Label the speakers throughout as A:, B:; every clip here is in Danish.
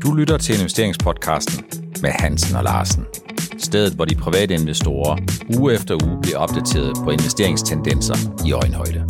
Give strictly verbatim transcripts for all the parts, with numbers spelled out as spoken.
A: Du lytter til investeringspodcasten med Hansen og Larsen. Stedet, hvor de private investorer uge efter uge bliver opdateret på investeringstendenser i øjenhøjde.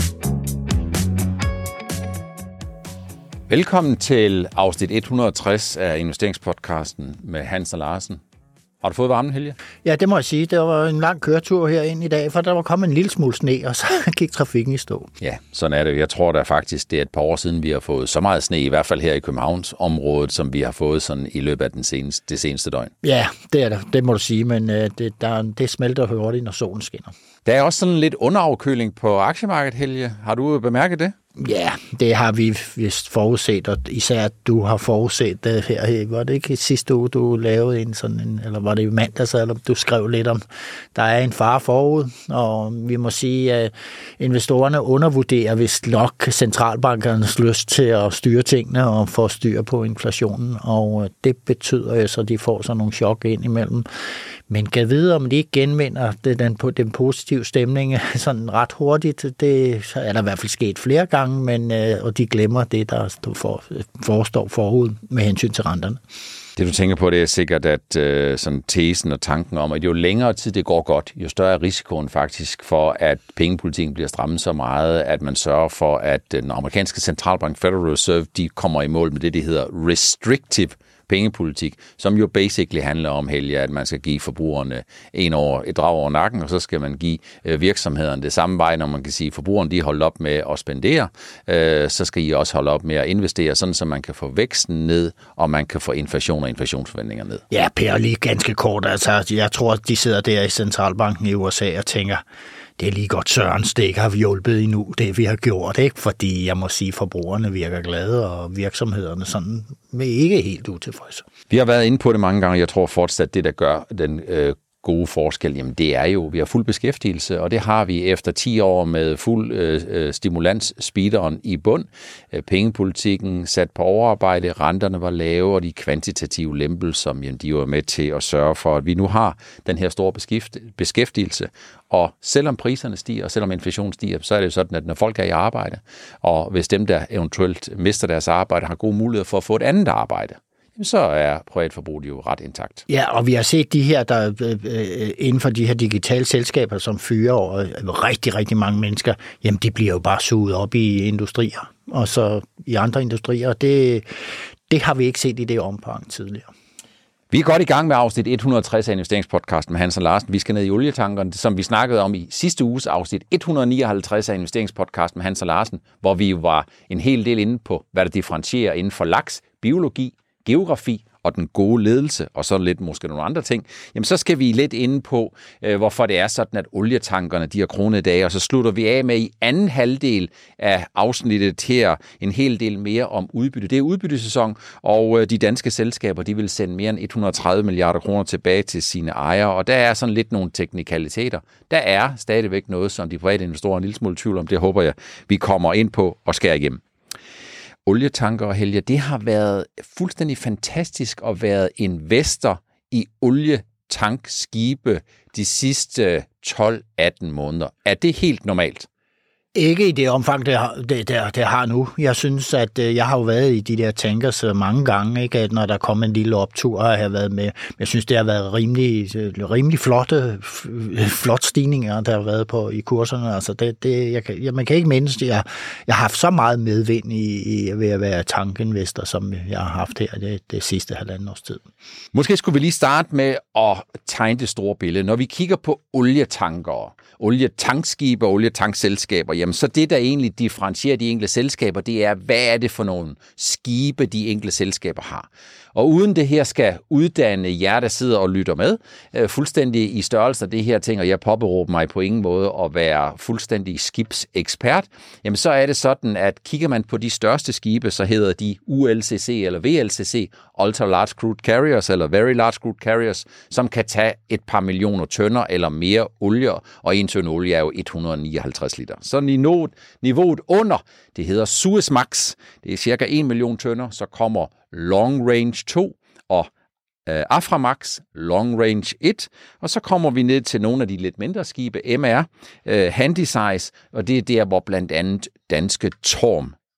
A: Velkommen til afsnit et hundrede og tres af investeringspodcasten med Hansen og Larsen. Har du fået varmen, Helge?
B: Ja, det må jeg sige. Det var en lang køretur herinde i dag, for der var kommet en lille smule sne, og så gik trafikken i stå.
A: Ja, sådan er det. Jeg tror da faktisk, det er et par år siden, vi har fået så meget sne, i hvert fald her i Københavnsområdet, som vi har fået sådan i løbet af den seneste, det seneste døgn.
B: Ja, det er det. Det må du sige, men øh, det, der, det smelter hurtigt, når solen skinner.
A: Der er også sådan lidt underafkøling på aktiemarkedet, Helge. Har du bemærket det?
B: Ja, det har vi vist forudset, og især du har forudset det her. Var det ikke sidste uge, du lavede en sådan en, eller var det i mandags, eller du skrev lidt om, der er en fare forud, og vi må sige, at investorerne undervurderer vist nok centralbankernes lyst til at styre tingene og få styr på inflationen, og det betyder jo så, at de får sådan nogle chok ind imellem. Men kan vide, om de ikke genvinder det, den, den positive stemning sådan ret hurtigt. Det er der i hvert fald sket flere gange, men, og de glemmer det, der for, forestår forud med hensyn til renterne.
A: Det du tænker på, det er sikkert, at øh, sådan tesen og tanken om, at jo længere tid det går godt, jo større er risikoen faktisk for, at pengepolitikken bliver strammet så meget, at man sørger for, at den amerikanske centralbank Federal Reserve, de kommer i mål med det, de hedder restrictive pengepolitik, som jo basically handler om, Helge, at man skal give forbrugerne en over, et drag over nakken, og så skal man give øh, virksomhederne det samme vej, når man kan sige, at forbrugerne de holder op med at spendere, øh, så skal I også holde op med at investere, sådan så man kan få væksten ned, og man kan få inflation og inflationsforventninger ned.
B: Ja, Per, lige ganske kort. Altså, jeg tror, de sidder der i centralbanken i U S A og tænker, det er lige godt Sørens, det ikke har hjulpet endnu, det vi har gjort, ikke? Fordi jeg må sige, at forbrugerne virker glade, og virksomhederne sådan er ikke helt utilfredse.
A: Vi har været inde på det mange gange, jeg tror fortsat, det der gør den øh, gode forskel, jamen det er jo, vi har fuld beskæftigelse, og det har vi efter ti år med fuld øh, stimulans, speederen i bund. Øh, pengepolitikken sat på overarbejde, renterne var lave, og de kvantitative lempelser, jamen de var med til at sørge for, at vi nu har den her store beskæftigelse. Og selvom priserne stiger, og selvom inflationen stiger, så er det jo sådan, at når folk er i arbejde, og hvis dem, der eventuelt mister deres arbejde, har gode muligheder for at få et andet arbejde, så er privatforbruget jo ret intakt.
B: Ja, og vi har set de her, der øh, inden for de her digitale selskaber, som fyrer over rigtig, rigtig mange mennesker, jamen de bliver jo bare suget op i industrier, og så i andre industrier. Det, det har vi ikke set i det omfang tidligere.
A: Vi er godt i gang med afsnit et hundrede og tres af investeringspodcasten med Hansen og Larsen. Vi skal ned i olietankerne, som vi snakkede om i sidste uges afsnit et hundrede og nioghalvtreds af investeringspodcasten med Hansen og Larsen, hvor vi jo var en hel del inde på, hvad der differentierer inden for laks, biologi, geografi og den gode ledelse, og så lidt måske nogle andre ting, jamen så skal vi lidt inde på, øh, hvorfor det er sådan, at olietankerne, de har kronede dage, og så slutter vi af med i anden halvdel af afsnittet her en hel del mere om udbytte. Det er udbyttesæson, og øh, de danske selskaber, de vil sende mere end et hundrede og tredive milliarder kroner tilbage til sine ejere, og der er sådan lidt nogle teknikaliteter. Der er stadigvæk noget, som de private investorer er en lille smule tvivl om, det håber jeg, vi kommer ind på og skærer igennem. Olietanker og Helge, det har været fuldstændig fantastisk at være investor i olietankskibe de sidste tolv atten måneder. Er det helt normalt?
B: Ikke i det omfang, det har, det, det, det har nu. Jeg synes, at jeg har jo været i de der tankers mange gange, ikke? At når der kom en lille optur, har jeg været med. Jeg synes, det har været rimelig, rimelig flotte, flot stigninger, der har været på i kurserne. Altså det, det, jeg kan, jeg, man kan ikke mindes, at jeg, jeg har haft så meget medvind i, i ved at være tankinvestor, som jeg har haft her det, det sidste halvanden års tid.
A: Måske skulle vi lige starte med at tegne det store billede. Når vi kigger på olietankere, olietankskibe og olietankselskaber, jamen så det, der egentlig differentierer de enkelte selskaber, det er, hvad er det for nogle skibe, de enkelte selskaber har. Og uden det her skal uddanne jer, der sidder og lytter med, øh, fuldstændig i størrelse af det her ting, og jeg påberåber mig på ingen måde at være fuldstændig skibsekspert, jamen så er det sådan, at kigger man på de største skibe, så hedder de U L C C eller V L C C, Ultra Large Crude Carriers eller Very Large Crude Carriers, som kan tage et par millioner tønder eller mere olie, og en tønde olie er jo et hundrede og nioghalvtreds liter. Så niveauet, niveauet under, det hedder Suezmax, det er cirka en million tønder, så kommer Long Range to og øh, Aframax, Long Range et, og så kommer vi ned til nogle af de lidt mindre skibe, M R, øh, Handysize, og det er der, hvor blandt andet danske Torm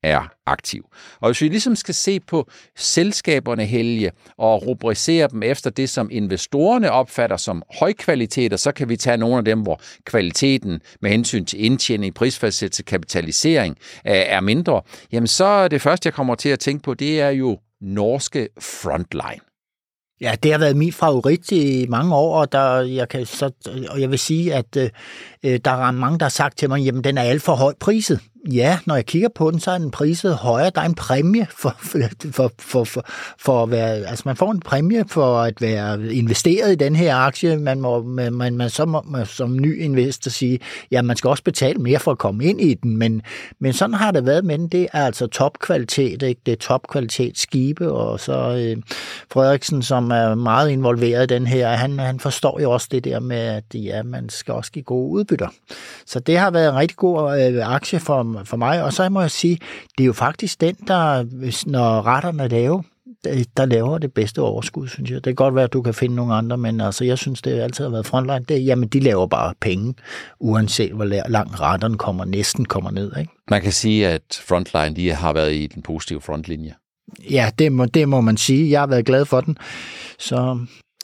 A: er aktiv. Og hvis vi ligesom skal se på selskaberne, Helge, og rubricere dem efter det, som investorerne opfatter som højkvaliteter, så kan vi tage nogle af dem, hvor kvaliteten med hensyn til indtjening, prisfastsættelse, kapitalisering er mindre. Jamen så det første, jeg kommer til at tænke på, det er jo norske Frontline.
B: Ja, det har været min favorit i mange år, og, der, jeg, kan så, og jeg vil sige, at øh, der er mange, der har sagt til mig, jamen den er alt for højt priset. Ja, når jeg kigger på den, så er den priset højere. Der er en præmie for, for, for, for, for at være, altså man får en præmie for at være investeret i den her aktie. Man må, man, man så må man som ny investor sige, ja, man skal også betale mere for at komme ind i den, men, men sådan har det været med den. Det er altså topkvalitet, ikke? Det er topkvalitet skibe, og så øh, Frederiksen, som er meget involveret i den her, han, han forstår jo også det der med, at ja, man skal også give gode udbytter. Så det har været en rigtig god øh, aktie for for mig, og så må jeg sige, det er jo faktisk den, der, når retterne laver, der laver det bedste overskud, synes jeg. Det kan godt være, at du kan finde nogle andre, men altså, jeg synes, det altid har været Frontline. Det, jamen, de laver bare penge, uanset hvor langt retterne kommer, næsten kommer ned, ikke?
A: Man kan sige, at Frontline, de har været i den positive frontlinje.
B: Ja, det må, det må man sige. Jeg har været glad for den, så...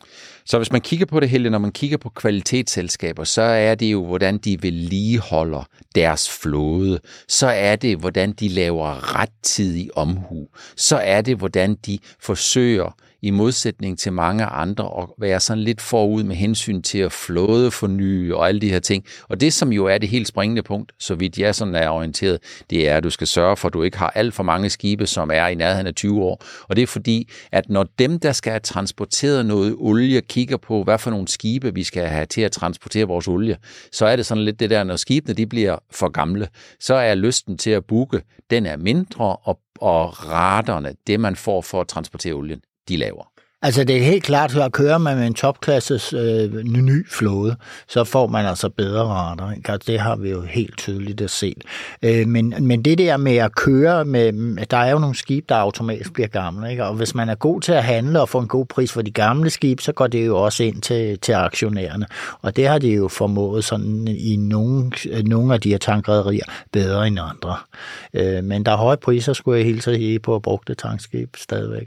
A: Så hvis man kigger på det, Helge, når man kigger på kvalitetsselskaber, så er det jo, hvordan de vedligeholder deres flåde. Så er det, hvordan de laver rettidig omhu. Så er det, hvordan de forsøger, i modsætning til mange andre, at være sådan lidt forud med hensyn til at flåde forny og alle de her ting. Og det, som jo er det helt springende punkt, så vidt jeg sådan er orienteret, det er, at du skal sørge for, at du ikke har alt for mange skibe, som er i nærheden af tyve år. Og det er fordi, at når dem, der skal have transporteret noget olie, kigger på, hvad for nogle skibe vi skal have til at transportere vores olie, så er det sådan lidt det der, når skibene de bliver for gamle, så er lysten til at booke, den er mindre, og, og raterne, det man får for at transportere olien, de laver.
B: Altså det er helt klart, at kører man med en topklasses øh, ny flåde, så får man altså bedre rater. Ikke? Altså, det har vi jo helt tydeligt at se. Øh, men, men det der med at køre med, der er jo nogle skibe, der automatisk bliver gamle. Ikke? Og hvis man er god til at handle og få en god pris for de gamle skibe, så går det jo også ind til, til aktionærerne. Og det har de jo formået sådan i nogle, nogle af de her tankrederier bedre end andre. Øh, men der er høje priser, skulle jeg helt sige, på at brugte tankskib stadigvæk.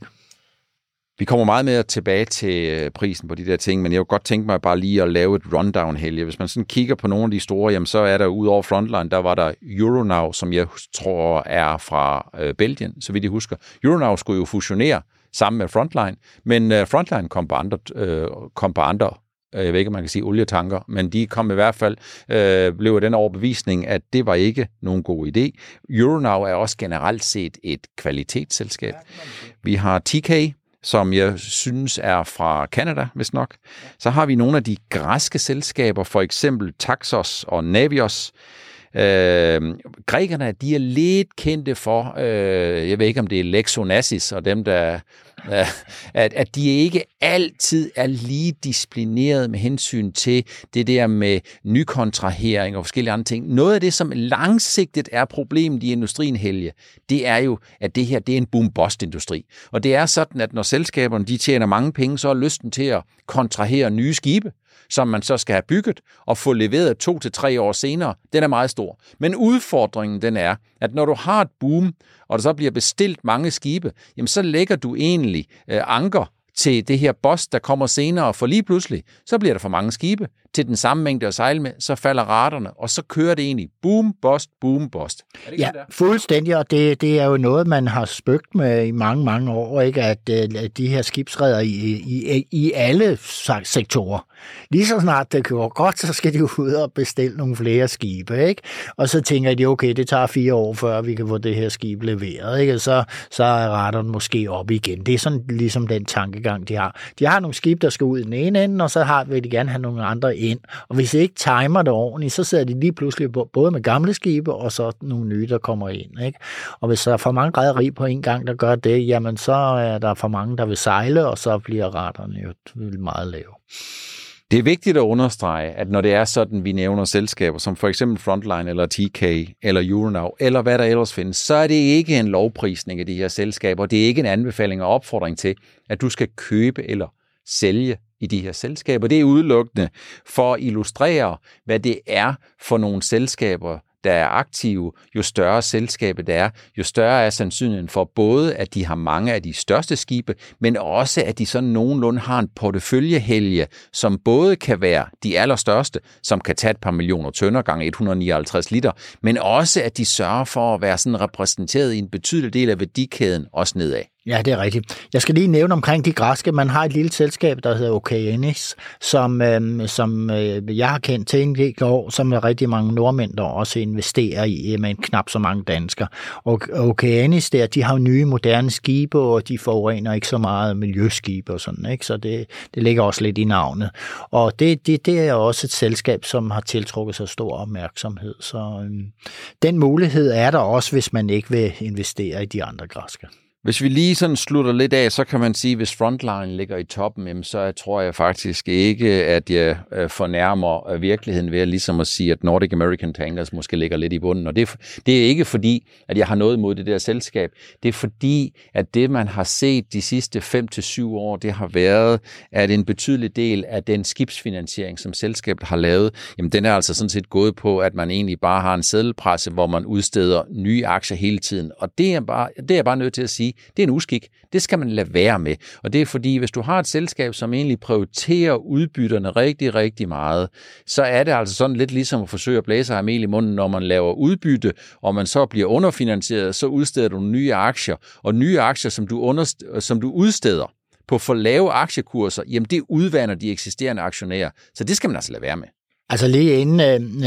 A: Vi kommer meget mere tilbage til prisen på de der ting, men jeg kunne godt tænke mig bare lige at lave et rundown, Helge. Hvis man sådan kigger på nogle af de store, jamen så er der ud over Frontline, der var der Euronav, som jeg tror er fra øh, Belgien, så vidt jeg husker. Euronav skulle jo fusionere sammen med Frontline, men øh, Frontline kom på andre, øh, kom på andre jeg ved ikke, om man kan sige olietanker, men de kom i hvert fald, øh, blev den overbevisning, at det var ikke nogen god idé. Euronav er også generelt set et kvalitetsselskab. Vi har T K, som jeg synes er fra Canada, hvis nok. Så har vi nogle af de græske selskaber, for eksempel Taxos og Navios. Øh, grækerne, de er lidt kendte for, øh, jeg ved ikke, om det er Lexonassis og dem, der øh, at, at de ikke altid er lige disciplineret med hensyn til det der med nykontrahering og forskellige andre ting. Noget af det, som langsigtet er problemet i industrien, Helge, det er jo, at det her, det er en boom-bust-industri. Og det er sådan, at når selskaberne, de tjener mange penge, så er lysten til at kontrahere nye skibe, som man så skal have bygget og få leveret to til tre år senere, den er meget stor. Men udfordringen den er, at når du har et boom, og der så bliver bestilt mange skibe, jamen så lægger du egentlig øh, anker til det her boss, der kommer senere, for lige pludselig, så bliver der for mange skibe til den samme mængde at sejle med, så falder raterne, og så kører det egentlig boom, bust, boom, bust.
B: Ja, fuldstændig, og det, det er jo noget, man har spøgt med i mange, mange år, ikke? At, at de her skibsredder i, i, i alle sektorer, lige så snart det går godt, så skal de jo ud og bestille nogle flere skibe, ikke? Og så tænker de, okay, det tager fire år, før vi kan få det her skib leveret, ikke? Så, så er raterne måske op igen. Det er sådan ligesom den tankegang, de har. De har nogle skibe, der skal ud i den ene ende, og så har, vil de gerne have nogle andre ind. Og hvis de ikke timer det ordentligt, så sidder de lige pludselig både med gamle skibe, og så nogle nye, der kommer ind, ikke? Og hvis der er for mange rederier på en gang, der gør det, jamen så er der for mange, der vil sejle, og så bliver raterne jo meget lave.
A: Det er vigtigt at understrege, at når det er sådan, vi nævner selskaber, som for eksempel Frontline, eller T K, eller Euronav, eller hvad der ellers findes, så er det ikke en lovprisning af de her selskaber. Det er ikke en anbefaling og opfordring til, at du skal købe eller sælge i de her selskaber. Det er udelukkende for at illustrere, hvad det er for nogle selskaber, der er aktive, jo større selskabet er, jo større er sandsynligheden for både, at de har mange af de største skibe, men også, at de sådan nogenlunde har en porteføljehelge, som både kan være de allerstørste, som kan tage et par millioner tønder gange et hundrede og nioghalvtreds liter, men også, at de sørger for at være sådan repræsenteret i en betydelig del af værdikæden, også nedad.
B: Ja, det er rigtigt. Jeg skal lige nævne omkring de græske. Man har et lille selskab, der hedder Okeanis, som, øh, som øh, jeg har kendt til en del år, som er rigtig mange nordmænd, der også investerer i, men knap så mange danskere. Og Okeanis der, de har nye moderne skibe, og de forurener ikke så meget miljøskibe og sådan, ikke? Så det, det ligger også lidt i navnet. Og det, det, det er også et selskab, som har tiltrukket sig stor opmærksomhed. Så øh, den mulighed er der også, hvis man ikke vil investere i de andre græske.
A: Hvis vi lige sådan slutter lidt af, så kan man sige, at hvis Frontline ligger i toppen, jamen, så tror jeg faktisk ikke, at jeg fornærmer virkeligheden ved ligesom at sige, at Nordic American Tankers måske ligger lidt i bunden. Og det er, det er ikke fordi, at jeg har noget imod det der selskab. Det er fordi, at det man har set de sidste fem til syv år, det har været, at en betydelig del af den skibsfinansiering, som selskabet har lavet, jamen den er altså sådan set gået på, at man egentlig bare har en seddelpresse, hvor man udsteder nye aktier hele tiden. Og det er, bare, det er jeg bare nødt til at sige, det er en uskik. Det skal man lade være med. Og det er fordi, hvis du har et selskab, som egentlig prioriterer udbytterne rigtig, rigtig meget, så er det altså sådan lidt ligesom at forsøge at blæse sig mel i munden, når man laver udbytte, og man så bliver underfinansieret, så udsteder du nye aktier. Og nye aktier, som du, underst- som du udsteder på for lave aktiekurser, jamen det udvander de eksisterende aktionærer. Så det skal man altså lade være med.
B: Altså lige inden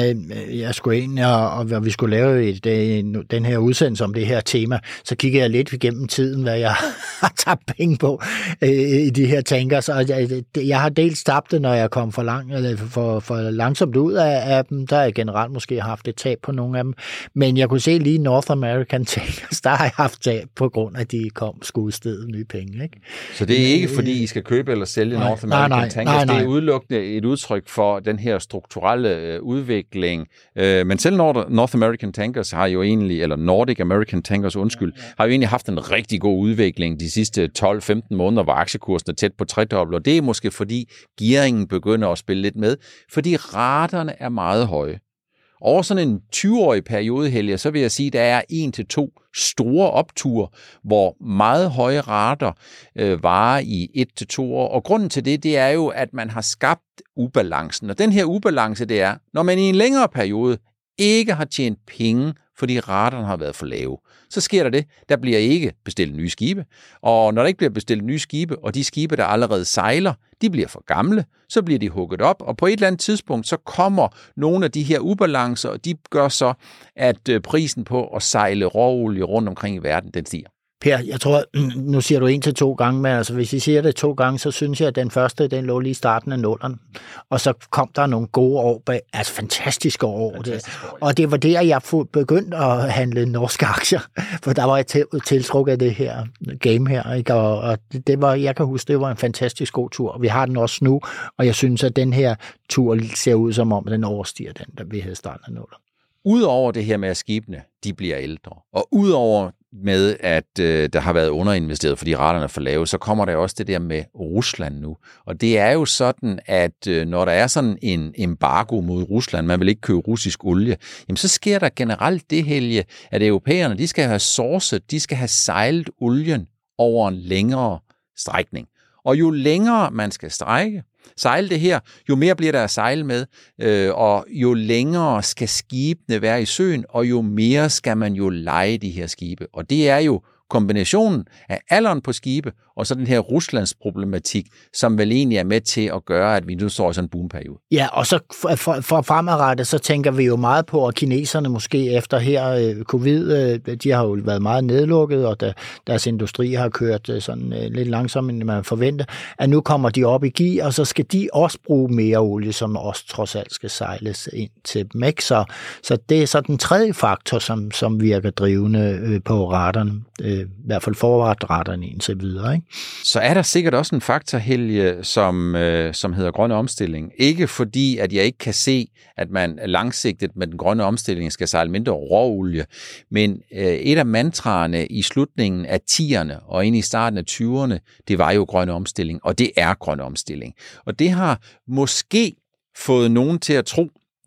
B: øh, jeg skulle ind, og, og vi skulle lave et, øh, den her udsendelse om det her tema, så kiggede jeg lidt igennem tiden, hvad jeg har tabt penge på øh, i de her tankers. Og jeg, jeg har dels tabt det, når jeg kom for, lang, eller for, for langsomt ud af, af dem. Der har jeg generelt måske haft et tab på nogle af dem. Men jeg kunne se lige North American Tankers, der har jeg haft tab på grund af, at de kom skulle udstede nye penge. Ikke?
A: Så det er ikke, fordi I skal købe eller sælge nej, North American nej, nej, Tankers? Nej, nej. Det er udelukkende et udtryk for den her struktur strukturelle udvikling. Men selv North American Tankers har jo egentlig, eller Nordic American Tankers, undskyld, har jo egentlig haft en rigtig god udvikling de sidste tolv femten måneder, hvor aktiekursen er tæt på tredobbelt, og det er måske fordi gearingen begynder at spille lidt med, fordi raterne er meget høje. Over sådan en tyve-årig periode, Helge, så vil jeg sige, at der er en til to store opture, hvor meget høje rater øh, varer i et til to år. Og grunden til det, det er jo, at man har skabt ubalancen. Og den her ubalance, det er, når man i en længere periode ikke har tjent penge, fordi raterne har været for lave, så sker der det. Der bliver ikke bestilt nye skibe. Og når der ikke bliver bestilt nye skibe, og de skibe, der allerede sejler, de bliver for gamle, så bliver de hugget op, og på et eller andet tidspunkt, så kommer nogle af de her ubalancer, og de gør så, at prisen på at sejle råolie rundt omkring i verden, den stiger.
B: Per, jeg tror, nu siger du en til to gange, men altså, hvis I siger det to gange, så synes jeg, at den første, den lå lige i starten af nullerne. Og så kom der nogle gode år, bag, altså fantastiske år. Fantastisk år ja. Og det var der, jeg begyndte at handle norske aktier, for der var jeg tiltrukket af det her game her, ikke? Og, og det var, jeg kan huske, det var en fantastisk god tur. Vi har den også nu, og jeg synes, at den her tur ser ud som om, den overstiger den, der vi havde startet af nullerne.
A: Udover det her med, at skibene de bliver ældre, og udover med, at øh, der har været underinvesteret, fordi raterne er for lave, så kommer der også det der med Rusland nu. Og det er jo sådan, at øh, når der er sådan en embargo mod Rusland, man vil ikke købe russisk olie, jamen så sker der generelt det, Helge, at europæerne, de skal have sourcet, de skal have sejlet olien over en længere strækning. Og jo længere man skal strække, sejle det her, jo mere bliver der at sejle med, øh, og jo længere skal skibene være i søen, og jo mere skal man jo leje de her skibe. Og det er jo kombinationen af alderen på skibe, og så den her Ruslands problematik, som vel egentlig er med til at gøre, at vi nu står i sådan en boomperiode.
B: Ja, og så for, for, for fremadrettet, så tænker vi jo meget på, at kineserne måske efter her øh, covid, øh, de har jo været meget nedlukket, og der, deres industri har kørt øh, sådan øh, lidt langsomt, end man forventer, at nu kommer de op i gear, og så skal de også bruge mere olie, som også trods alt skal sejles ind til dem. Ikke? Så, så det er så den tredje faktor, som, som virker drivende øh, på raterne, øh, i hvert fald forretraterne indtil videre, ikke?
A: Så er der sikkert også en faktor, Helge, som, øh, som hedder grønne omstilling. Ikke fordi, at jeg ikke kan se, at man langsigtet med den grønne omstilling skal sejle mindre råolie, men øh, et af mantraerne i slutningen af tierne og ind i starten af tyverne, det var jo grønne omstilling, og det er grønne omstilling. Og det har måske fået nogen til at tro,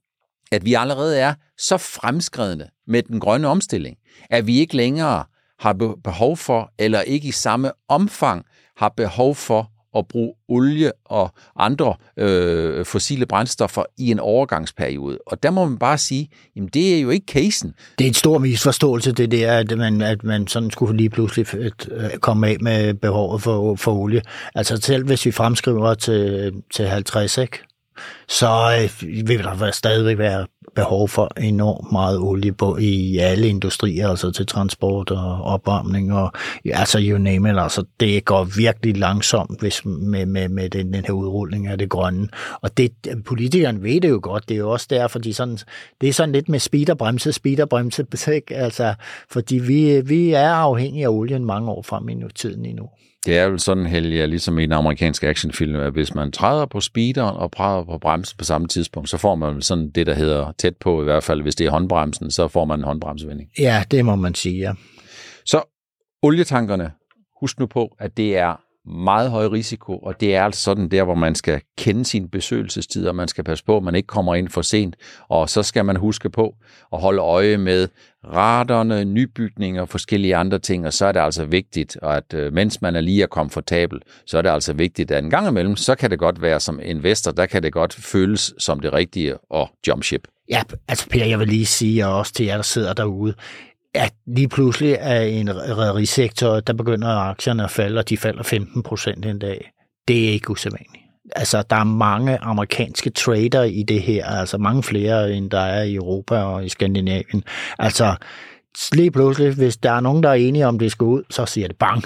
A: at vi allerede er så fremskredne med den grønne omstilling, at vi ikke længere har behov for, eller ikke i samme omfang har behov for at bruge olie og andre øh, fossile brændstoffer i en overgangsperiode. Og der må man bare sige, jamen det er jo ikke casen.
B: Det er en stor misforståelse, det der, at man, at man sådan skulle lige pludselig komme af med behovet for, for olie. Altså selv hvis vi fremskriver til, til halvtreds, ikke? Så øh, vil der stadigvæk være behov for enormt meget olie på i alle industrier, altså til transport og opvarmning og altså you name it. Altså det går virkelig langsomt hvis, med, med, med den, den her udrulning af det grønne. Og det, politikerne ved det jo godt, det er jo også derfor, de sådan, det er sådan lidt med speed og bremse, speed og bremse, altså, fordi vi, vi er afhængige af olien mange år frem i nu, tiden endnu.
A: Det er jo sådan, Helge, ligesom i en amerikansk actionfilm, at hvis man træder på speederen og træder på bremsen på samme tidspunkt, så får man sådan det, der hedder tæt på, i hvert fald hvis det er håndbremsen, så får man en håndbremsevending.
B: Ja, det må man sige, ja.
A: Så olietankerne, husk nu på, at det er meget høj risiko, og det er altså sådan der, hvor man skal kende sine besøgelsestider, og man skal passe på, at man ikke kommer ind for sent, og så skal man huske på at holde øje med raderne, nybygninger og forskellige andre ting, og så er det altså vigtigt, at mens man er lige er komfortabel, så er det altså vigtigt, at en gang imellem, så kan det godt være som investor, der kan det godt føles som det rigtige at jump ship.
B: Ja, altså Per, jeg vil lige sige, og også til jer, der sidder derude, at lige pludselig er en rederisektor, der begynder aktierne at falde, og de falder femten procent en dag. Det er ikke usædvanligt. Altså, der er mange amerikanske trader i det her, altså mange flere, end der er i Europa og i Skandinavien. Altså, lige pludselig, hvis der er nogen, der er enige om, det skal ud, så siger det bang.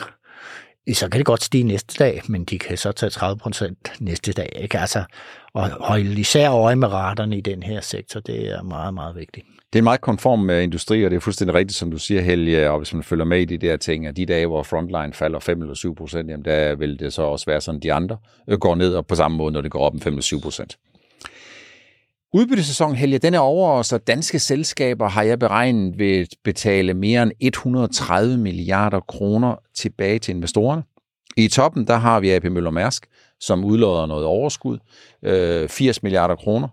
B: Så kan det godt stige næste dag, men de kan så tage tredive procent næste dag. Ikke? Altså, og holde især øje med raterne i den her sektor, det er meget, meget vigtigt.
A: Det er meget konform med industri, og det er fuldstændig rigtigt, som du siger, Helge, og hvis man følger med i de der ting, at de dage, hvor frontline falder fem eller syv procent, jamen der vil det så også være sådan, de andre går ned, og på samme måde, når det går op med fem eller syv procent. Udbyttesæsonen, Helge, den er over, så danske selskaber har jeg beregnet ved betale mere end et hundrede og tredive milliarder kroner tilbage til investorerne. I toppen, der har vi A P Møller Mærsk, som udlodder noget overskud, øh, firs milliarder kroner.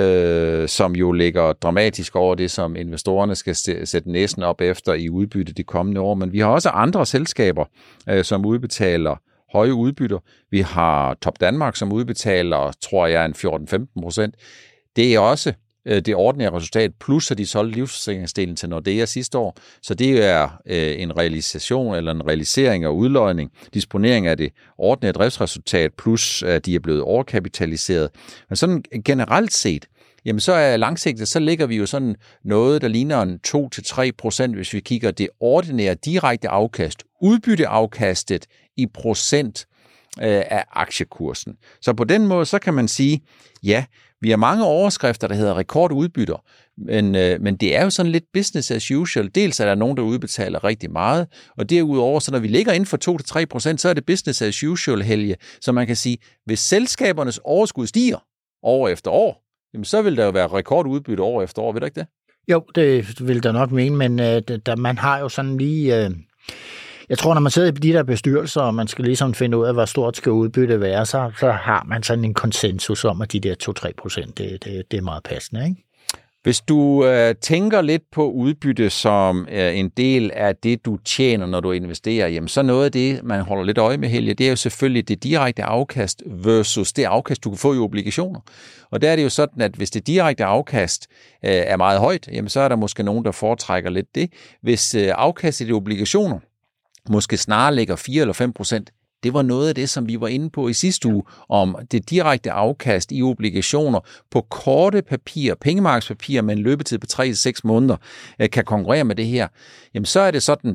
A: Øh, som jo ligger dramatisk over det, som investorerne skal sætte næsen op efter i udbytte de kommende år. Men vi har også andre selskaber, øh, som udbetaler høje udbytter. Vi har Top Danmark, som udbetaler, tror jeg, en fjorten til femten procent. Det er også øh, det ordinære resultat, plus at de solgte livsforsikringsdelen til Nordea sidste år. Så det er øh, en realisation eller en realisering og udlodning, disponering af det ordinære driftsresultat, plus at de er blevet overkapitaliseret. Men sådan generelt set, jamen så er langsigtet, så ligger vi jo sådan noget, der ligner en to til tre procent, hvis vi kigger det ordinære direkte afkast, udbytteafkastet i procent øh, af aktiekursen. Så på den måde, så kan man sige, ja, vi har mange overskrifter, der hedder rekordudbytter, men, øh, men det er jo sådan lidt business as usual. Dels er der nogen, der udbetaler rigtig meget, og derudover, så når vi ligger inden for to til tre procent, så er det business as usual, Helge. Så man kan sige, hvis selskabernes overskud stiger år efter år, jamen så vil der jo være rekordudbytte år efter år, ved du ikke det?
B: Jo, det vil der nok mene, men øh, der, man har jo sådan lige... Øh Jeg tror, når man sidder i de der bestyrelser, og man skal ligesom finde ud af, hvor stort skal udbytte være, så, så har man sådan en konsensus om, at de der to til tre procent, det, det, det er meget passende, ikke?
A: Hvis du øh, tænker lidt på udbytte som øh, en del af det, du tjener, når du investerer, jamen så noget af det, man holder lidt øje med, Helge, det er jo selvfølgelig det direkte afkast versus det afkast, du kan få i obligationer. Og der er det jo sådan, at hvis det direkte afkast øh, er meget højt, jamen så er der måske nogen, der foretrækker lidt det. Hvis øh, afkastet i obligationer måske snarere ligger fire eller fem procent. Det var noget af det, som vi var inde på i sidste uge, om det direkte afkast i obligationer på korte papir, pengemarkedspapir med en løbetid på tre til seks måneder, kan konkurrere med det her. Jamen så er det sådan,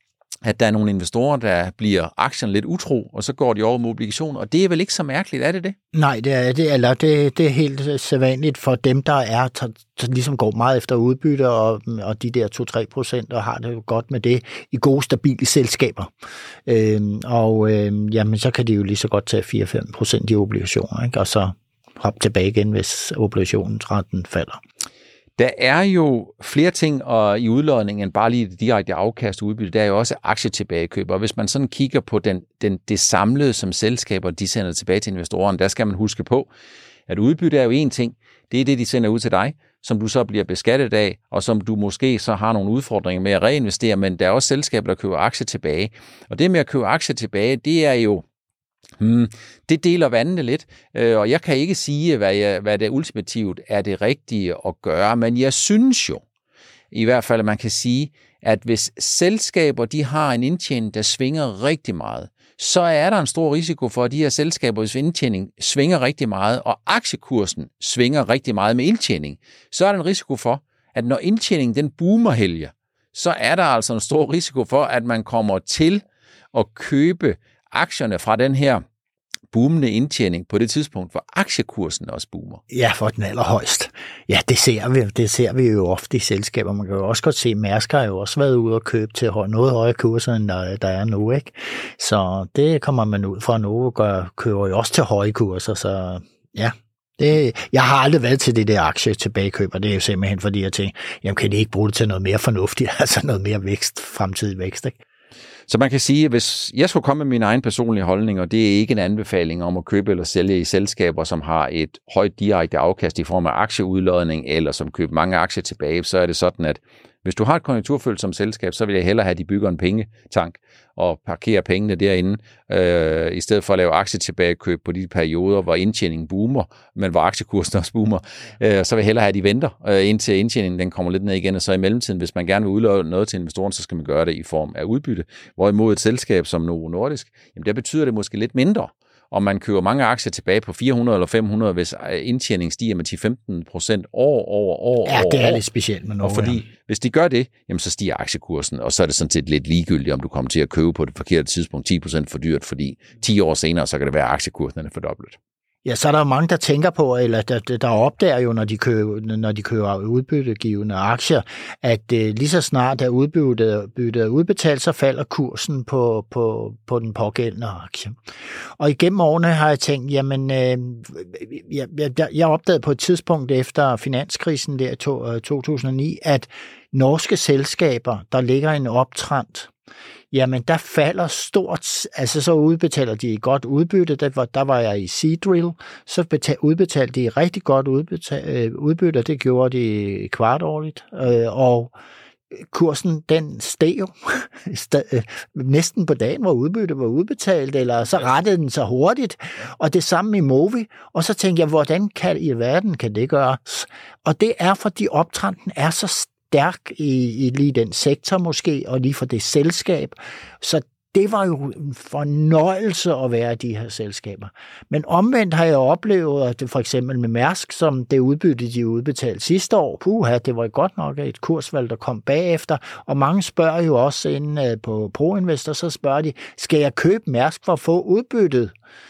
A: at der er nogle investorer, der bliver aktien lidt utro, og så går de over med obligationer, og det er vel ikke så mærkeligt, er det det?
B: Nej, det er, det, eller det, det er helt sædvanligt for dem, der er, der, der ligesom går meget efter udbytte, og, og de der to til tre procent, og har det jo godt med det i gode, stabile selskaber. Øhm, og øhm, jamen, så kan de jo lige så godt tage fire til fem procent i obligationer, ikke? Og så hoppe tilbage igen, hvis obligationsrenten falder.
A: Der er jo flere ting og i udlodningen end bare lige det direkte afkast og udbytte. Der er jo også aktietilbagekøb, og hvis man sådan kigger på den, den, det samlede, som selskaber de sender tilbage til investorerne, der skal man huske på, at udbytte er jo en ting. Det er det, de sender ud til dig. som du så bliver beskattet af, og som du måske så har nogle udfordringer med at reinvestere, men der er også selskaber, der køber aktier tilbage. Og det med at købe aktier tilbage, det er jo Hmm, det deler vandene lidt, øh, og jeg kan ikke sige, hvad, jeg, hvad det ultimativt er det rigtige at gøre, men jeg synes jo, i hvert fald, at man kan sige, at hvis selskaber de har en indtjening, der svinger rigtig meget, så er der en stor risiko for, at de her selskaber, hvis indtjening svinger rigtig meget, og aktiekursen svinger rigtig meget med indtjening, så er der en risiko for, at når indtjeningen den boomer helge, så er der altså en stor risiko for, at man kommer til at købe aktierne fra den her boomende indtjening på det tidspunkt, hvor aktiekursen også boomer.
B: Ja, for den allerhøjst. Ja, det ser vi, det ser vi jo ofte i selskaber. Man kan jo også godt se, at Mærsk har jo også været ude og købe til noget højere kurser, end der, der er nu, ikke? Så det kommer man ud fra. Novo gør, køber jo også til høje kurser, så ja. Det, jeg har aldrig været til det der aktie tilbagekøb, og det er jo simpelthen fordi, jeg tænker, jamen kan de ikke bruge det til noget mere fornuftigt, altså noget mere vækst, fremtidig vækst, ikke?
A: Så man kan sige, at hvis jeg skulle komme med min egen personlige holdning, og det er ikke en anbefaling om at købe eller sælge i selskaber, som har et højt direkte afkast i form af aktieudlodning, eller som køber mange aktier tilbage, så er det sådan, at hvis du har et konjunkturfølsomt selskab, så vil jeg hellere have, at de bygger en pengetank og parkerer pengene derinde, øh, i stedet for at lave aktietilbagekøb på de perioder, hvor indtjeningen boomer, men hvor aktiekursen også boomer. Øh, så vil jeg hellere have, at de venter, øh, indtil indtjeningen den kommer lidt ned igen, og så i mellemtiden, hvis man gerne vil udlåne noget til investoren, så skal man gøre det i form af udbytte. Hvorimod et selskab som Novo Nordisk, jamen der betyder det måske lidt mindre, om man køber mange aktier tilbage på fire hundrede eller fem hundrede, hvis indtjeningen stiger med ti til femten procent år over år.
B: Ja, det er
A: år.
B: lidt specielt med Novo.
A: Og fordi, hvis de gør det, jamen så stiger aktiekursen, og så er det sådan set lidt ligegyldigt, om du kommer til at købe på det forkerte tidspunkt ti procent for dyrt, fordi ti år senere, så kan det være, at aktiekursen er fordoblet.
B: Ja, så er der jo mange, der tænker på, eller der, der opdager jo, når de køber, når de køber udbyttegivende aktier, at øh, lige så snart er udbyttet er udbetalt, så falder kursen på, på, på den pågældende aktie. Og igennem årene har jeg tænkt, jamen, øh, jeg, jeg, jeg opdagede på et tidspunkt efter finanskrisen der i to, to tusind og ni, at norske selskaber, der ligger en optrend, jamen der falder stort, altså så udbetaler de godt udbytte, der var, der var jeg i Seadrill, så betal, udbetalte de rigtig godt udbetal, udbytte, det gjorde de kvartårligt, øh, og kursen den steg jo næsten på dagen, hvor udbytte var udbetalt, eller så rettede den sig hurtigt, og det samme i Movi, og så tænkte jeg, hvordan kan i verden kan det gøres? Og det er, fordi optrenden er så stærk i, i lige den sektor måske, og lige for det selskab. Så det var jo en fornøjelse at være i de her selskaber. Men omvendt har jeg oplevet, at det for eksempel med Mærsk, som det udbytte, de udbetalt sidste år, puha, det var godt nok et kursvalg, der kom bagefter, og mange spørger jo også inde på ProInvestor, så spørger de, skal jeg købe Mærsk for at få udbyttet?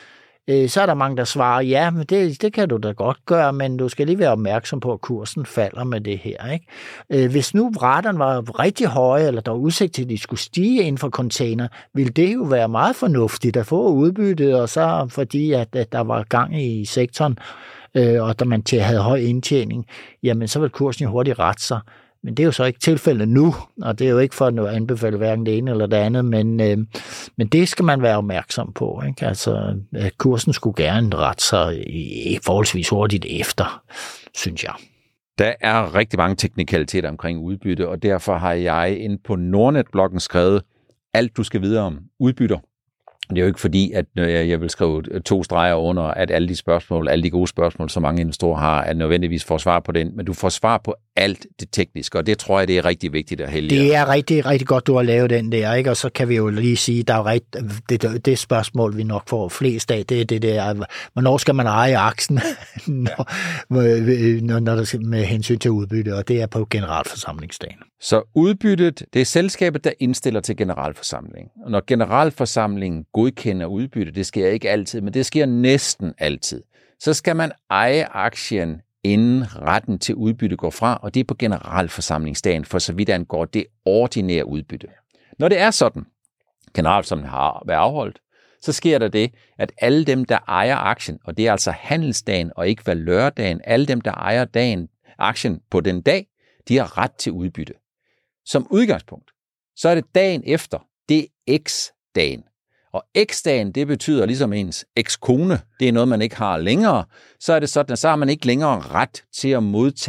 B: Så er der mange, der svarer, ja, men det, det kan du da godt gøre, men du skal lige være opmærksom på, at kursen falder med det her, ikke? Hvis nu raterne var rigtig høje, eller der var udsigt til, at de skulle stige inden for container, ville det jo være meget fornuftigt at få udbyttet, og så fordi, at, at der var gang i sektoren, og da man havde høj indtjening, jamen så vil kursen jo hurtigt rette sig. Men det er jo så ikke tilfældet nu, og det er jo ikke for at anbefale hverken det ene eller det andet, men, øh, men det skal man være opmærksom på, ikke? Altså, kursen skulle gerne rette sig i forholdsvis hurtigt efter, synes jeg.
A: Der er rigtig mange teknikaliteter omkring udbytte, og derfor har jeg inde på Nordnet-bloggen skrevet alt, du skal vide om udbytter. Det er jo ikke fordi, at jeg vil skrive to streger under, at alle de spørgsmål, alle de gode spørgsmål, som mange investorer har, at nødvendigvis får svar på den, men du får svar på alt det tekniske, og det tror jeg, det er rigtig vigtigt at hælde.
B: Det er rigtig, rigtig godt, du har lavet den der, ikke? Og så kan vi jo lige sige, der er rigt, det, det spørgsmål, vi nok får flest af, det er det der, hvornår skal man eje aktien, når, når, når der med hensyn til udbytte, og det er på generalforsamlingsdagen.
A: Så udbyttet, det er selskabet, der indstiller til generalforsamlingen. Og når generalforsamlingen godkender udbytte, det sker ikke altid, men det sker næsten altid, så skal man eje aktien, inden retten til udbytte går fra, og det er på generalforsamlingsdagen, for så vidt angår det ordinære udbytte. Når det er sådan, generalforsamlingen har været afholdt, så sker der det, at alle dem, der ejer aktien, og det er altså handelsdagen og ikke valørdagen, alle dem, der ejer dagen, aktien på den dag, de har ret til udbytte. Som udgangspunkt, så er det dagen efter, det er X-dagen. Og X-dagen, det betyder ligesom ens ekskone, det er noget, man ikke har længere, så er det sådan, at så har man ikke længere ret til at modtage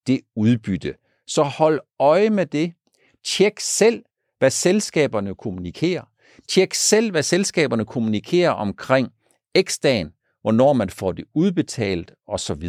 A: det udbytte. Så hold øje med det. Tjek selv, hvad selskaberne kommunikerer. Tjek selv, hvad selskaberne kommunikerer omkring X-dagen, hvornår man får det udbetalt osv.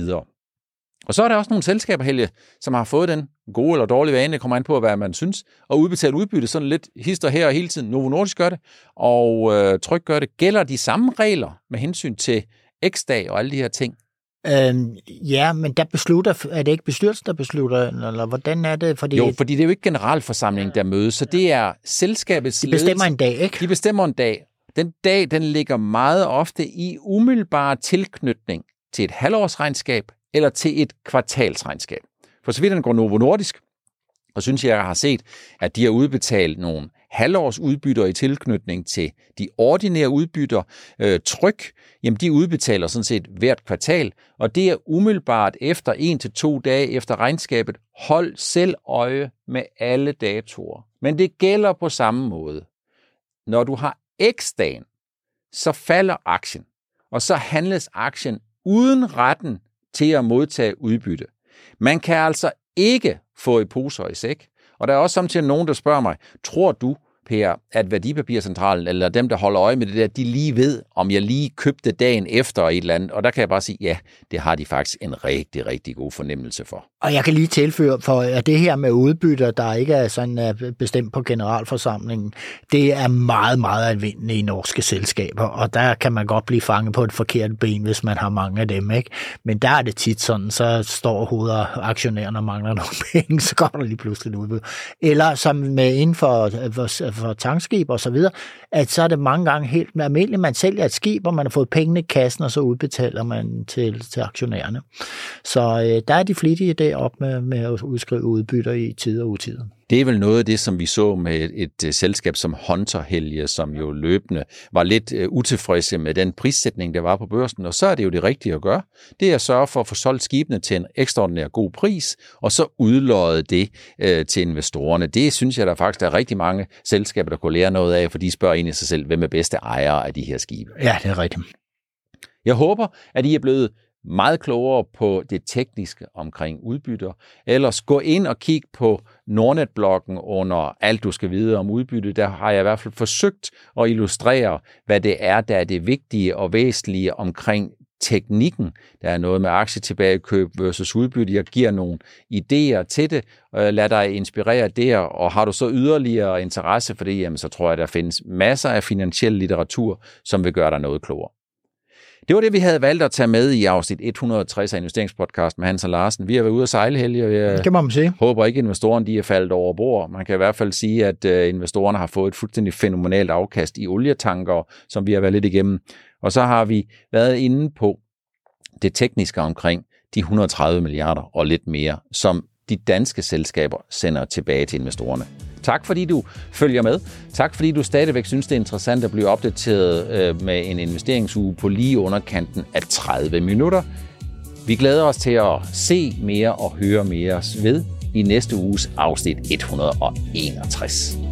A: Og så er der også nogle selskaber, Helge, som har fået den gode eller dårlige vane, det kommer an på, hvad man synes, og udbetale udbytte sådan lidt hister her og hele tiden. Novo Nordisk gør det, og øh, Tryg gør det. Gælder de samme regler med hensyn til X-dag og alle de her ting?
B: Øhm, ja, men der beslutter, er det ikke bestyrelsen, der beslutter, eller hvordan er det? Fordi
A: jo, fordi det er jo ikke generalforsamling, der mødes, så det er selskabets
B: ledelse. De bestemmer en dag, ikke?
A: De bestemmer en dag. Den dag, den ligger meget ofte i umiddelbar tilknytning til et halvårsregnskab eller til et kvartalsregnskab. For så vidt den går Novo Nordisk, og synes jeg, jeg har set, at de har udbetalt nogle halvårsudbytter i tilknytning til de ordinære udbytter. Øh, Tryg, jamen de udbetaler sådan set hvert kvartal, og det er umiddelbart efter en til to dage efter regnskabet. Hold selv øje med alle datoer. Men det gælder på samme måde. Når du har X-dagen, så falder aktien, og så handles aktien uden retten til at modtage udbytte. Man kan altså ikke få i poser og i sæk. Og der er også samtidig nogen, der spørger mig, tror du, Per, at Værdipapircentralen, eller dem, der holder øje med det der, de lige ved, om jeg lige købte dagen efter et eller andet. Og der kan jeg bare sige, ja, det har de faktisk en rigtig, rigtig god fornemmelse for.
B: Og jeg kan lige tilføje, for at det her med udbytter, der ikke er sådan bestemt på generalforsamlingen, det er meget, meget almindeligt i norske selskaber, og der kan man godt blive fanget på et forkert ben, hvis man har mange af dem, ikke? Men der er det tit sådan, så står hovedaktionærerne og mangler nogle penge, så går der lige pludselig et udbytte. Eller som med inden for, for, for tankskib og så videre, at så er det mange gange helt almindeligt, man sælger et skib, og man har fået pengene i kassen, og så udbetaler man til, til aktionærerne. Så øh, der er de flittige deroppe med, med at udskrive udbytter i tid og utid.
A: Det er vel noget af det, som vi så med et, et, et selskab som Hunter Helge, som jo løbende var lidt uh, utilfredse med den prissætning, der var på børsen, og så er det jo det rigtige at gøre. Det er at sørge for at få solgt skibene til en ekstraordinær god pris, og så udlodde det uh, til investorerne. Det synes jeg, der faktisk er rigtig mange selskaber, der kunne lære noget af, for de spørger egentlig sig selv, hvem er bedste ejere af de her skibe.
B: Ja, det er rigtigt.
A: Jeg håber, at I er blevet meget klogere på det tekniske omkring udbytter. Ellers gå ind og kig på Nordnet-bloggen under alt, du skal vide om udbytte. Der har jeg i hvert fald forsøgt at illustrere, hvad det er, der er det vigtige og væsentlige omkring teknikken. Der er noget med aktietilbagekøb versus udbytte. Jeg giver nogle idéer til det. Lad dig inspirere der, og har du så yderligere interesse for det, jamen, så tror jeg, der findes masser af finansiel litteratur, som vil gøre dig noget klogere. Det var det, vi havde valgt at tage med i afsnit et hundrede og tres af Investeringspodcast med Hans og Larsen. Vi har været ude at sejle, Helge, og jeg
B: kan man sige.
A: håber ikke, at investorerne de er faldet over bord. Man kan i hvert fald sige, at investorerne har fået et fuldstændig fænomenalt afkast i olietanker, som vi har været lidt igennem. Og så har vi været inde på det tekniske omkring de et hundrede og tredive milliarder og lidt mere, som de danske selskaber sender tilbage til investorerne. Tak fordi du følger med. Tak fordi du stadigvæk synes, det er interessant at blive opdateret øh, med en investeringsuge på lige underkanten af tredive minutter. Vi glæder os til at se mere og høre mere ved i næste uges afsnit et hundrede og enogtres.